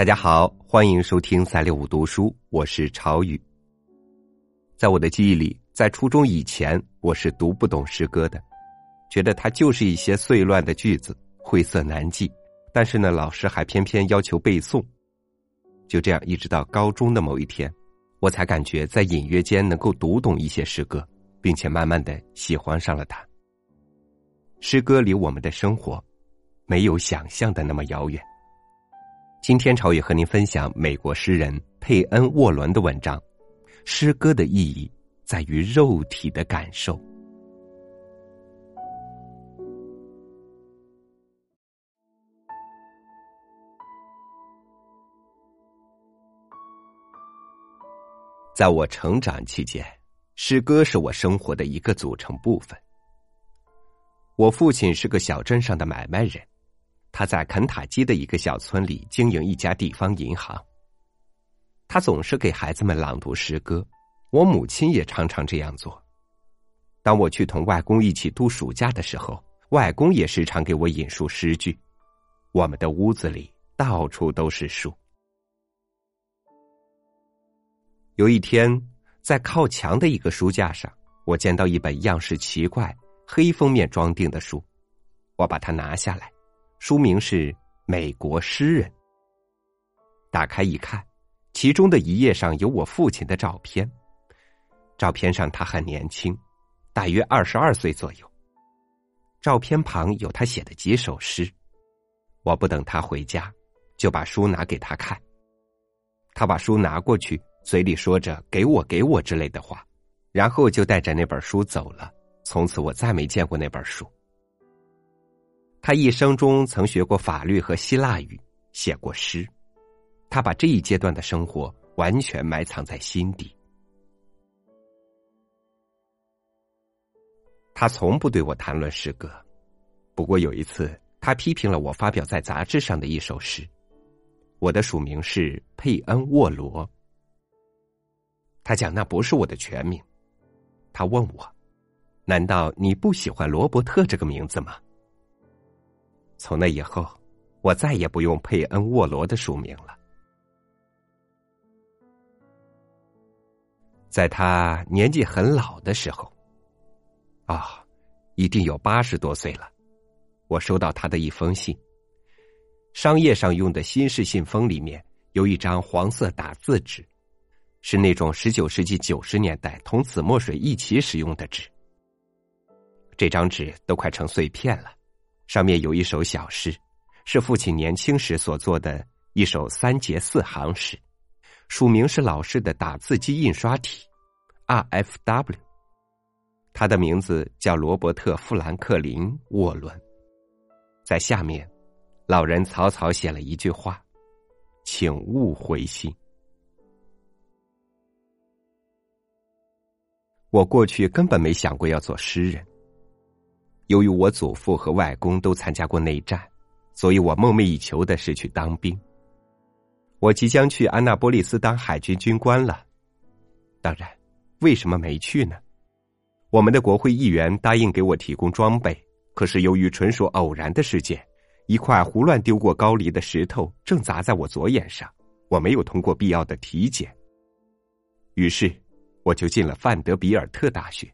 大家好，欢迎收听365读书，我是朝宇。在我的记忆里，在初中以前，我是读不懂诗歌的，觉得它就是一些碎乱的句子，晦涩难记，但是呢，老师还偏偏要求背诵。就这样一直到高中的某一天，我才感觉在隐约间能够读懂一些诗歌，并且慢慢的喜欢上了它。诗歌离我们的生活没有想象的那么遥远。今天朝宇和您分享美国诗人佩恩·沃伦的文章，诗歌的意义在于肉体的感受。在我成长期间，诗歌是我生活的一个组成部分。我父亲是个小镇上的买卖人，他在肯塔基的一个小村里经营一家地方银行。他总是给孩子们朗读诗歌，我母亲也常常这样做。当我去同外公一起度暑假的时候，外公也时常给我引述诗句。我们的屋子里到处都是书。有一天，在靠墙的一个书架上，我见到一本样式奇怪、黑封面装订的书，我把它拿下来，书名是《美国诗人》。打开一看，其中的一页上有我父亲的照片，照片上他很年轻，大约22岁左右。照片旁有他写的几首诗。我不等他回家，就把书拿给他看。他把书拿过去，嘴里说着给我给我之类的话，然后就带着那本书走了。从此我再没见过那本书。他一生中曾学过法律和希腊语，写过诗。他把这一阶段的生活完全埋藏在心底。他从不对我谈论诗歌，不过有一次，他批评了我发表在杂志上的一首诗。我的署名是佩恩·沃罗。他讲那不是我的全名。他问我，难道你不喜欢罗伯特这个名字吗？从那以后，我再也不用佩恩·沃罗的署名了。在他年纪很老的时候，一定有80多岁了，我收到他的一封信。商业上用的新式信封里面有一张黄色打字纸，是那种19世纪90年代同紫墨水一起使用的纸。这张纸都快成碎片了，上面有一首小诗，是父亲年轻时所做的一首3节4行诗，署名是老式的打字机印刷体 RFW。 他的名字叫罗伯特·富兰克林·沃伦。在下面，老人草草写了一句话：请勿灰心。我过去根本没想过要做诗人。由于我祖父和外公都参加过内战，所以我梦寐以求的是去当兵。我即将去安纳波利斯当海军军官了。当然，为什么没去呢？我们的国会议员答应给我提供装备，可是由于纯属偶然的事件，一块胡乱丢过高离的石头正砸在我左眼上，我没有通过必要的体检。于是我就进了范德比尔特大学。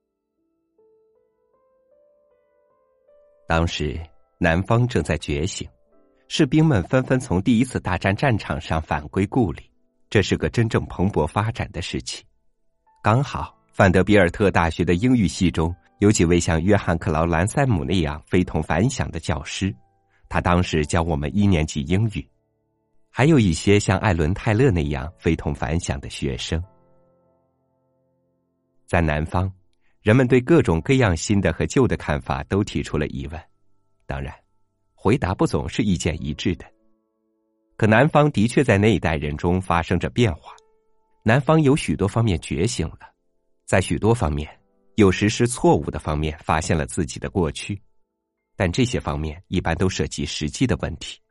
当时南方正在觉醒，士兵们纷纷从第一次大战战场上返归故里，这是个真正蓬勃发展的时期。刚好范德比尔特大学的英语系中有几位像约翰·克劳兰塞姆那样非同凡响的教师，他当时教我们1年级英语，还有一些像艾伦·泰勒那样非同凡响的学生。在南方，人们对各种各样新的和旧的看法都提出了疑问，当然，回答不总是意见一致的。可南方的确在那一代人中发生着变化，南方有许多方面觉醒了，在许多方面，有时是错误的方面发现了自己的过去，但这些方面一般都涉及实际的问题。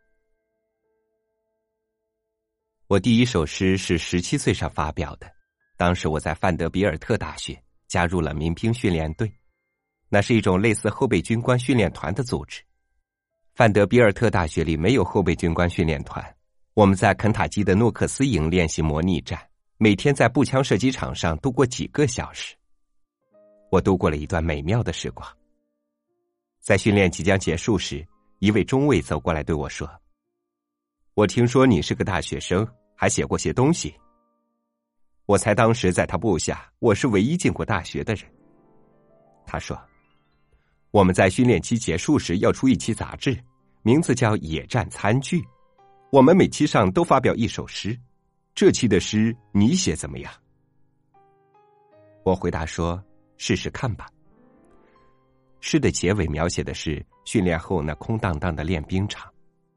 我第一首诗是17岁上发表的，当时我在范德比尔特大学加入了民兵训练队，那是一种类似后备军官训练团的组织。范德比尔特大学里没有后备军官训练团， 我们在肯塔基的诺克斯营练习模拟战，每天在步枪射击场上度过几个小时。我度过了一段美妙的时光。在训练即将结束时，一位中尉走过来对我说：“我听说你是个大学生，还写过些东西。”我猜当时在他部下，我是唯一进过大学的人。他说：“我们在训练期结束时要出一期杂志，名字叫《野战餐具》，我们每期上都发表一首诗，这期的诗你写怎么样？”我回答说：“试试看吧。”诗的结尾描写的是训练后那空荡荡的练兵场。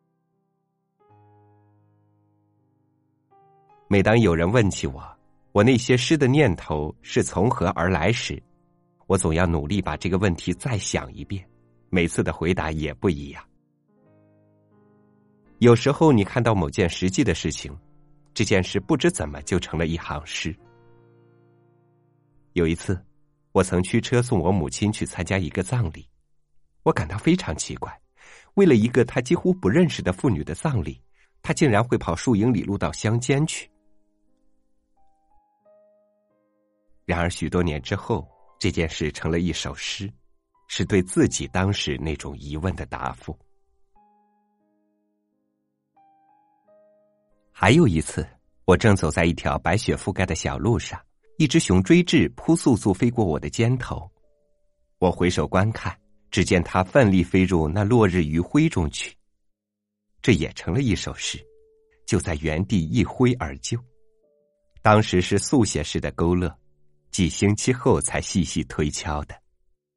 每当有人问起我那些诗的念头是从何而来时，我总要努力把这个问题再想一遍，每次的回答也不一样。有时候你看到某件实际的事情，这件事不知怎么就成了一行诗。有一次，我曾驱车送我母亲去参加一个葬礼，我感到非常奇怪，为了一个她几乎不认识的妇女的葬礼，她竟然会跑数英里路到乡间去。然而许多年之后，这件事成了一首诗，是对自己当时那种疑问的答复。还有一次，我正走在一条白雪覆盖的小路上，一只熊追至扑簌簌飞过我的肩头，我回首观看，只见它奋力飞入那落日余晖中去。这也成了一首诗，就在原地一挥而就。当时是速写式的勾勒，几星期后才细细推敲的。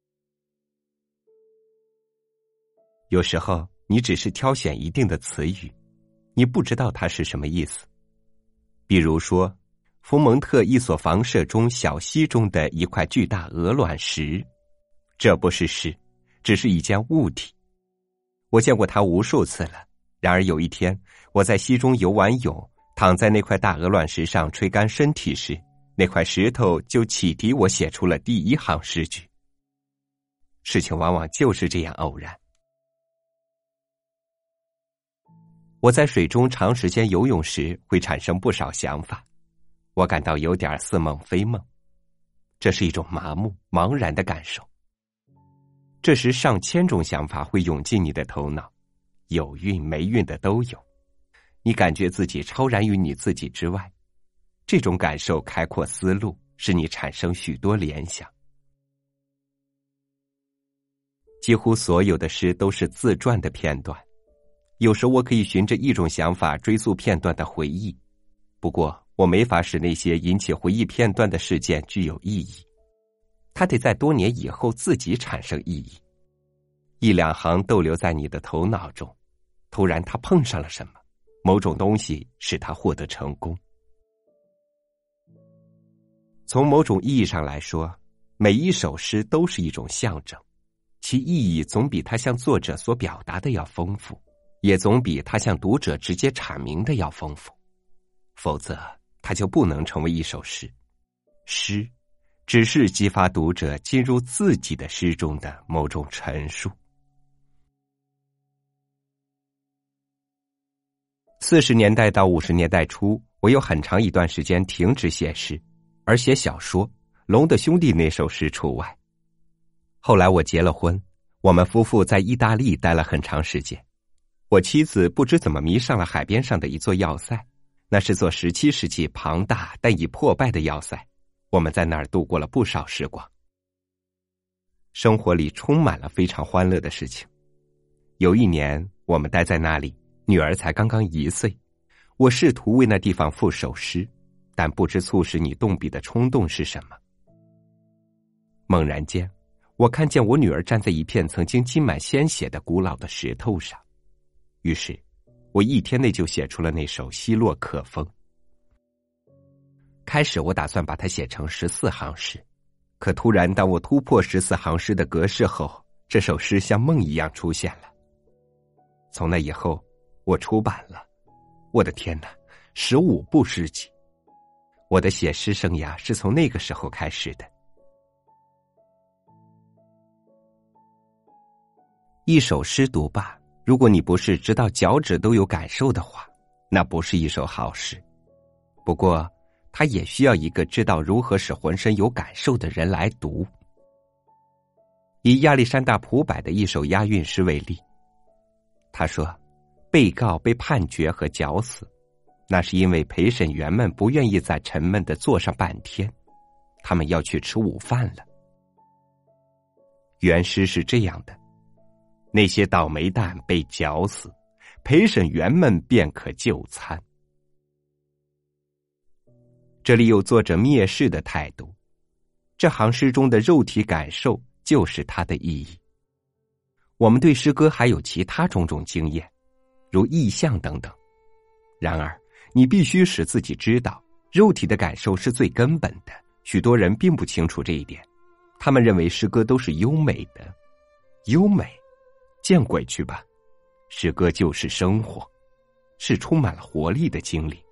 有时候你只是挑选一定的词语，你不知道它是什么意思。比如说福蒙特一所房舍中小溪中的一块巨大鹅卵石，这不是诗，只是一件物体。我见过它无数次了，然而有一天我在溪中游完泳，躺在那块大鹅卵石上吹干身体时，那块石头就启迪我写出了第一行诗句。事情往往就是这样偶然。我在水中长时间游泳时会产生不少想法，我感到有点似梦非梦，这是一种麻木茫然的感受。这时上千种想法会涌进你的头脑，有韵没韵的都有，你感觉自己超然于你自己之外，这种感受开阔思路，使你产生许多联想。几乎所有的诗都是自传的片段，有时我可以循着一种想法追溯片段的回忆，不过我没法使那些引起回忆片段的事件具有意义，它得在多年以后自己产生意义。一两行逗留在你的头脑中，突然它碰上了什么，某种东西使它获得成功。从某种意义上来说，每一首诗都是一种象征，其意义总比它向作者所表达的要丰富，也总比它向读者直接阐明的要丰富，否则它就不能成为一首诗。诗只是激发读者进入自己的诗中的某种陈述。40年代到50年代初，我有很长一段时间停止写诗，而写小说，龙的兄弟那首诗除外。后来我结了婚，我们夫妇在意大利待了很长时间。我妻子不知怎么迷上了海边上的一座要塞，那是座17世纪庞大但已破败的要塞，我们在那儿度过了不少时光。生活里充满了非常欢乐的事情。有一年我们待在那里，女儿才刚刚1岁，我试图为那地方赋首诗，但不知促使你动笔的冲动是什么。猛然间，我看见我女儿站在一片曾经浸满鲜血的古老的石头上，于是我1天内就写出了那首《希洛克风》。开始我打算把它写成14行诗，可突然当我突破14行诗的格式后，这首诗像梦一样出现了。从那以后我出版了，我的天哪，15部诗集。我的写诗生涯是从那个时候开始的。一首诗读罢，如果你不是直到脚趾都有感受的话， 那不是一首好诗。不过他也需要一个知道如何使浑身有感受的人来读。以亚历山大·普柏的一首押韵诗为例，他说，被告被判决和绞死，那是因为陪审员们不愿意再沉闷地坐上半天，他们要去吃午饭了。原诗是这样的，那些倒霉蛋被绞死，陪审员们便可就餐。这里有作者蔑视的态度，这行诗中的肉体感受就是它的意义。我们对诗歌还有其他种种经验，如意象等等。然而，你必须使自己知道，肉体的感受是最根本的。许多人并不清楚这一点，他们认为诗歌都是优美的。优美？见鬼去吧！诗歌就是生活，是充满了活力的经历。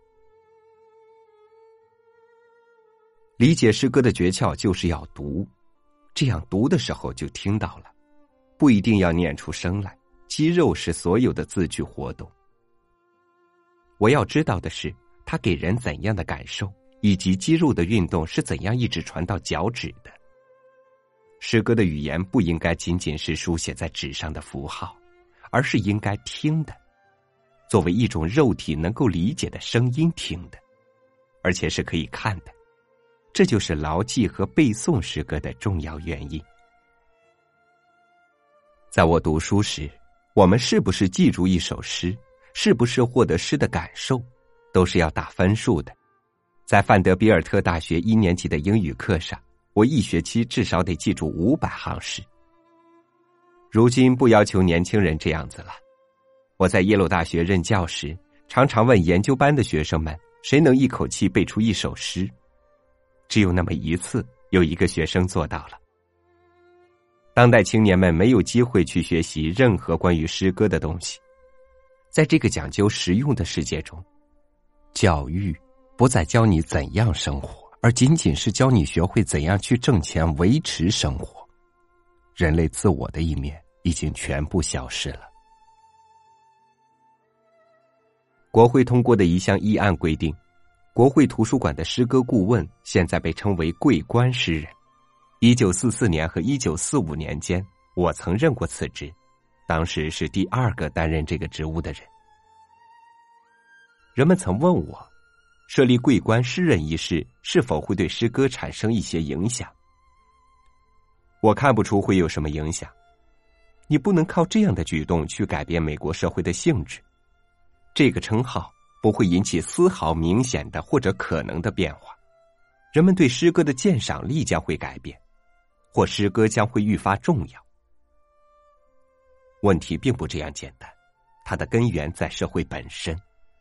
理解诗歌的诀窍就是要读，这样读的时候就听到了，不一定要念出声来，肌肉是所有的字句活动。我要知道的是，它给人怎样的感受，以及肌肉的运动是怎样一直传到脚趾的。诗歌的语言不应该仅仅是书写在纸上的符号，而是应该听的，作为一种肉体能够理解的声音听的，而且是可以看的。这就是牢记和背诵诗歌的重要原因。在我读书时，我们是不是记住一首诗，是不是获得诗的感受，都是要打分数的。在范德比尔特大学1年级的英语课上，我一学期至少得记住500行诗。如今不要求年轻人这样子了。我在耶鲁大学任教时，常常问研究班的学生们，谁能一口气背出一首诗。只有那么一次，有一个学生做到了。当代青年们没有机会去学习任何关于诗歌的东西。在这个讲究实用的世界中，教育不再教你怎样生活，而仅仅是教你学会怎样去挣钱维持生活。人类自我的一面已经全部消失了。国会通过的一项议案规定，国会图书馆的诗歌顾问现在被称为桂冠诗人。1944年和1945年间，我曾任过此职，当时是第2个担任这个职务的人。人们曾问我，设立桂冠诗人一事是否会对诗歌产生一些影响？我看不出会有什么影响。你不能靠这样的举动去改变美国社会的性质。这个称号不会引起丝毫明显的或者可能的变化，人们对诗歌的鉴赏力将会改变，或诗歌将会愈发重要。问题并不这样简单，它的根源在社会本身。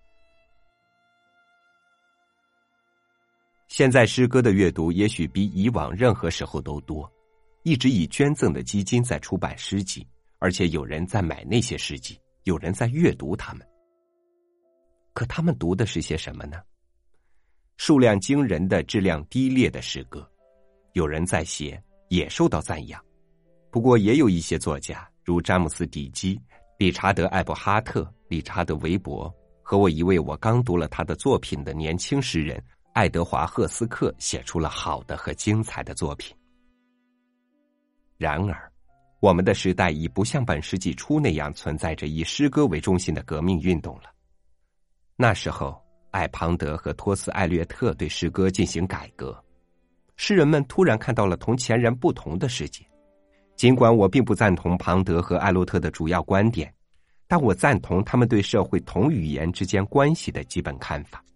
现在诗歌的阅读也许比以往任何时候都多，一直以捐赠的基金在出版诗集，而且有人在买那些诗集，有人在阅读它们。可他们读的是些什么呢？数量惊人的质量低劣的诗歌，有人在写，也受到赞扬。不过也有一些作家，如詹姆斯·底基、理查德·艾伯哈特、理查德·韦伯和我一位我刚读了他的作品的年轻诗人爱德华·赫斯克写出了好的和精彩的作品。然而，我们的时代已不像本世纪初那样存在着以诗歌为中心的革命运动了。那时候，艾庞德和托斯艾略特对诗歌进行改革，诗人们突然看到了同前人不同的世界。尽管我并不赞同庞德和艾洛特的主要观点，但我赞同他们对社会同语言之间关系的基本看法。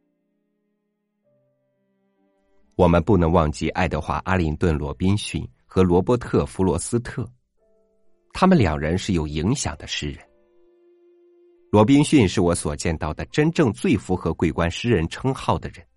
我们不能忘记爱德华·阿灵顿·罗宾逊和罗伯特·弗罗斯特，他们2人是有影响的诗人。罗宾逊是我所见到的真正最符合桂冠诗人称号的人。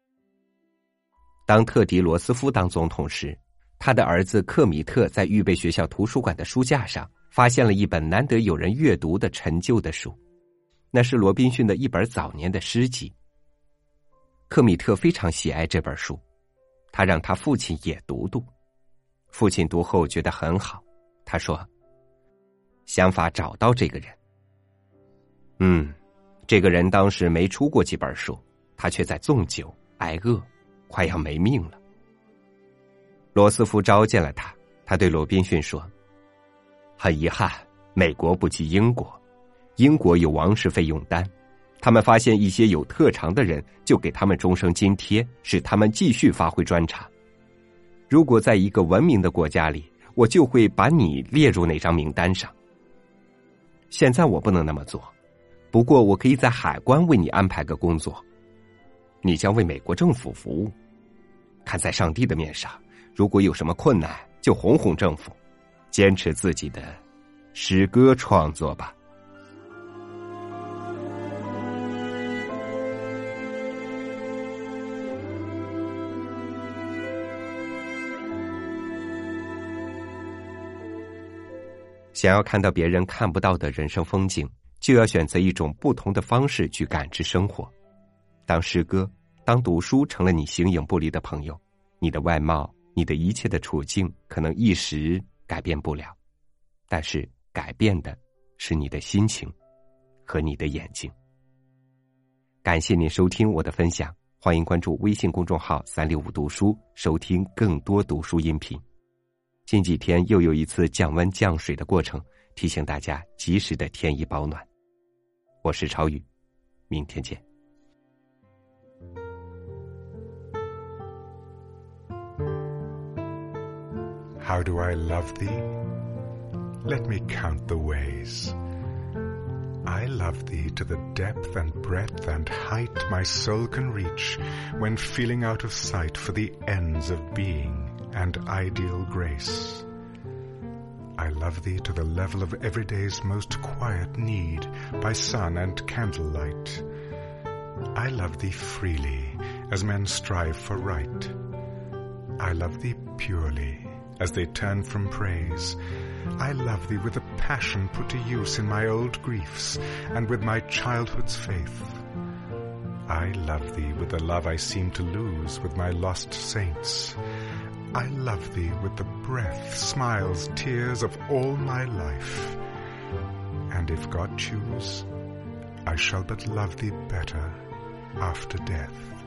当特迪·罗斯福当总统时，他的儿子克米特在预备学校图书馆的书架上发现了一本难得有人阅读的陈旧的书，那是罗宾逊的一本早年的诗集。克米特非常喜爱这本书，他让他父亲也读读。父亲读后觉得很好，他说：“想法找到这个人。 这个人当时没出过几本书，他却在纵酒挨饿，快要没命了。罗斯福召见了他，他对罗宾逊说：很遗憾，美国不及英国，英国有王室费用单，他们发现一些有特长的人，就给他们终生津贴，使他们继续发挥专长。如果在一个文明的国家里，我就会把你列入那张名单上。现在我不能那么做，不过我可以在海关为你安排个工作，你将为美国政府服务。看在上帝的面上，如果有什么困难，就哄哄政府，坚持自己的诗歌创作吧。想要看到别人看不到的人生风景，就要选择一种不同的方式去感知生活。当诗歌、当读书成了你形影不离的朋友，你的外貌、你的一切的处境可能一时改变不了，但是改变的是你的心情和你的眼睛。感谢您收听我的分享，欢迎关注微信公众号365读书，收听更多读书音频。近几天又有一次降温降水的过程，提醒大家及时的添衣保暖。我是超宇，明天见。 How do I love thee? Let me count the ways. I love thee to the depth and breadth and height my soul can reach, when feeling out of sight for the ends of being and ideal grace. I love thee to the level of every day's most quiet need, by sun and candlelight. I love thee freely, as men strive for right. I love thee purely, as they turn from praise. I love thee with a passion put to use in my old griefs, and with my childhood's faith. I love thee with the love I seem to lose with my lost saints. I love thee with the breath, smiles, tears of all my life. And if God choose, I shall but love thee better after death.